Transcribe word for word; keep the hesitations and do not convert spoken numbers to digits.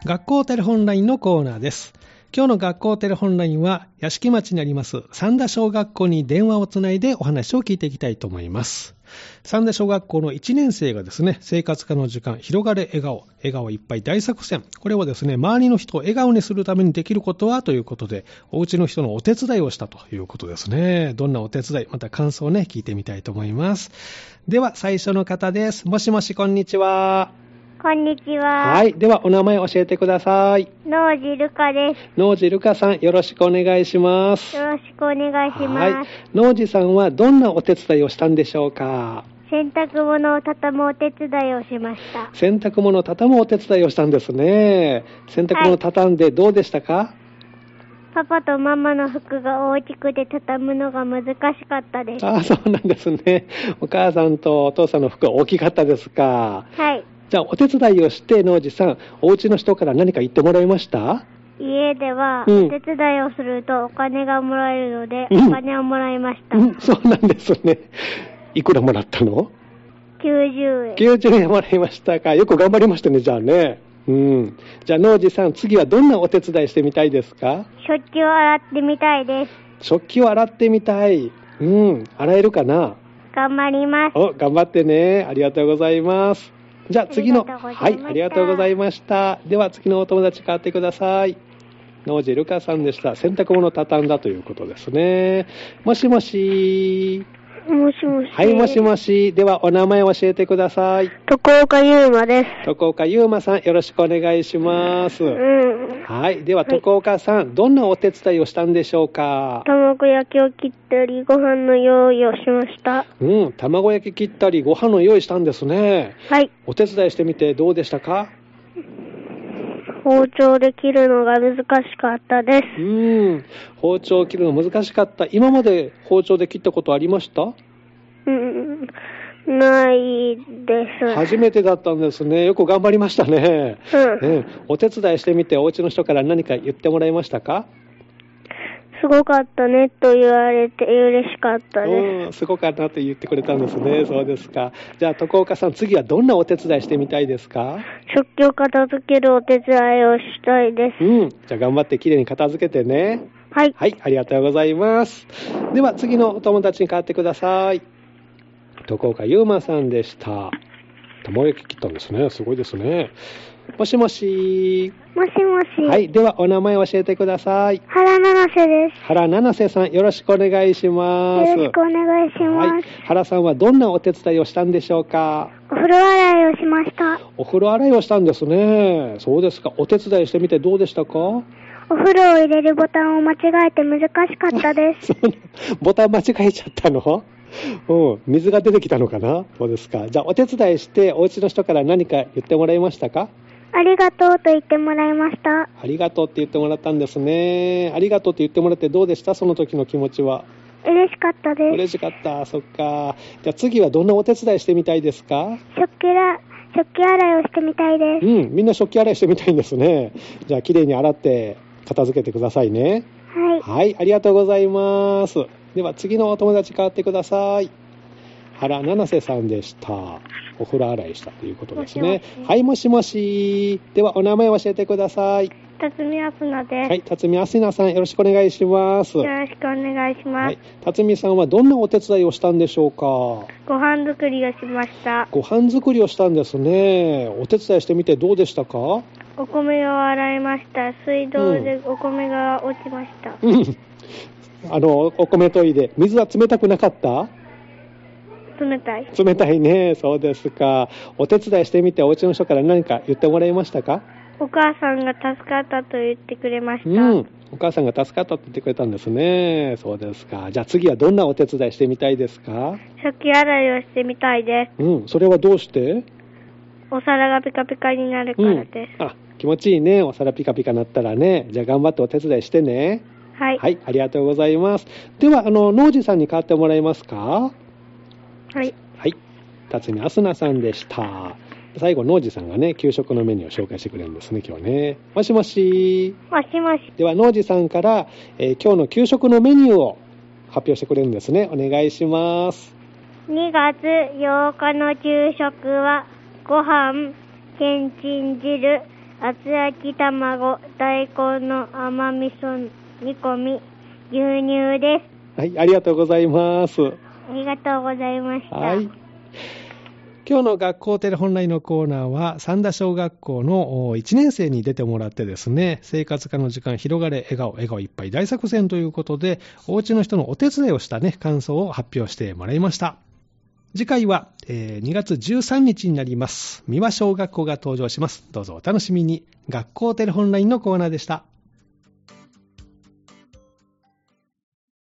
学校テレホンラインのコーナーです。今日の学校テレホンラインは屋敷町にあります三田小学校に電話をつないでお話を聞いていきたいと思います。三田小学校のいちねん生がですね、生活科の時間広がれ笑顔、笑顔いっぱい大作戦、これをですね、周りの人を笑顔にするためにできることはということで、お家の人のお手伝いをしたということですね。どんなお手伝い、また感想をね聞いてみたいと思います。では最初の方です。もしもし、こんにちは。 こんにちは。 はい。ではお名前教えてください。 農地ルカです。 農地ルカさん、よろしくお願いします。 よろしくお願いします。 はい。農地さんはどんなお手伝いをしたんでしょうか？ 洗濯物を畳むお手伝いをしました。 洗濯物を畳むお手伝いをしたんですね。洗濯物を畳んでどうでしたか？はい、 パパとママの服が大きくて畳むのが難しかったです。 ああ、そうなんですね。お母さんとお父さんの服が大きかったですか？ はい。 じゃあお手伝いをして農地さん、お家の人から何か言ってもらいました？ 家ではうんお手伝いをするとお金がもらえるので、うん、お金をもらいました、 うん。そうなんですね。いくらもらったの？ きゅうじゅうえん。 きゅうじゅうえんもらいましたか。よく頑張りましたね、じゃあね。うん。じゃあ農地さん、次はどんなお手伝いしてみたいですか？ 食器を洗ってみたいです。 食器を洗ってみたい。うん。洗えるかな？ 頑張ります。 お、頑張ってね。ありがとうございます。じゃあ次の、はい、ありがとうございました。では次のお友達変わってください。農地ルカさんでした。洗濯物を畳んだということですね。もしもし。 もしもし。 はい、もしもし。ではお名前を教えてください。 徳岡優馬です。 徳岡優馬さん、よろしくお願いします。 うん。 はい。では徳岡さん、はい、どんなお手伝いをしたんでしょうか？ 卵焼きを切ったりご飯の用意をしました。 うん、卵焼き切ったりご飯の用意したんですね。 はい。 お手伝いしてみてどうでしたか？ 包丁で切るのが難しかったです。 うーん、包丁を切るの難しかった。今まで包丁で切ったことありました？ うん、ないです。 初めてだったんですね。よく頑張りましたね。 うん。 ね、お手伝いしてみてお家の人から何か言ってもらいましたか？ すごかったねと言われて嬉しかったです。 うん、すごかったって言ってくれたんですね。そうですか。じゃあ徳岡さん、次はどんなお手伝いしてみたいですか？ 食器を片付けるお手伝いをしたいです。 うん、じゃあ頑張ってきれいに片付けてね。 はい。 はい、ありがとうございます。では次のお友達に変わってください。徳岡優馬さんでした。卵焼き切ったんですね。すごいですね。もしもし。 もしもし。 はい。ではお名前を教えてください。 原七瀬です。 原七瀬さん、よろしくお願いします。 よろしくお願いします。はい。 原さんはどんなお手伝いをしたんでしょうか？ お風呂洗いをしました。 お風呂洗いをしたんですね。そうですか。お手伝いしてみてどうでしたか？ お風呂を入れるボタンを間違えて難しかったです。 ボタン間違えちゃったの？うん、水が出てきたのかな？そうですか。じゃあお手伝いしてお家の人から何か言ってもらいましたか？ ありがとうと言ってもらいました。 ありがとうって言ってもらったんですね。ありがとうって言ってもらってどうでした？その時の気持ちは。 嬉しかったです。 嬉しかった。そっか。じゃあ次はどんなお手伝いしてみたいですか？ 食器ら食器洗いをしてみたいです。 うん、みんな食器洗いしてみたいんですね。じゃあきれいに洗って片付けてくださいね。 はい。 はい、ありがとうございます。では次のお友達変わってください。原七瀬さんでした。お風呂洗いしたということですね。もしもし。はい、もしもし。ではお名前を教えてください。 辰巳あすなです。 はい、辰巳あすなさん、よろしくお願いします。 よろしくお願いします。はい、 辰巳さんはどんなお手伝いをしたんでしょうか？ ご飯作りをしました。 ご飯作りをしたんですね。お手伝いしてみてどうでしたか？ お米を洗いました。水道でお米が落ちました。 うん。あの、お米研いで、水は冷たくなかった？ 冷たい。 冷たいね。そうですか。お手伝いしてみてお家の人から何か言ってもらいましたか？ お母さんが助かったと言ってくれました。 うん。お母さんが助かったと言ってくれたんですね。そうですか。じゃあ次はどんなお手伝いしてみたいですか？ 食器洗いをしてみたいです。 うん。それはどうして？ お皿がピカピカになるからです。 うん、あ、気持ちいいね。お皿ピカピカなったらね。じゃあ頑張ってお手伝いしてね。 はい。 はい。ありがとうございます。では、あの、農事さんに代わってもらえますか？ はい。 はい。辰巳あすなさんでした。最後、農事さんがね、給食のメニューを紹介してくれるんですね、今日ね。もしもし。 もしもし。 では、農事さんから、えー、今日の給食のメニューを発表してくれるんですね。お願いします。 にがつようかの給食は、ご飯、けんちん汁、 厚焼き卵、大根の甘味噌煮込み、牛乳です。 はい、ありがとうございます。 ありがとうございました。 はい。今日の学校テレホンラインのコーナーは三田小学校のいちねん生に出てもらってですね、生活科の時間広がれ笑顔笑顔いっぱい大作戦ということで、お家の人のお手伝いをしたね感想を発表してもらいました。次回は、えー、にがつじゅうさんにちになります。三輪小学校が登場します。どうぞお楽しみに。学校テレホンラインのコーナーでした。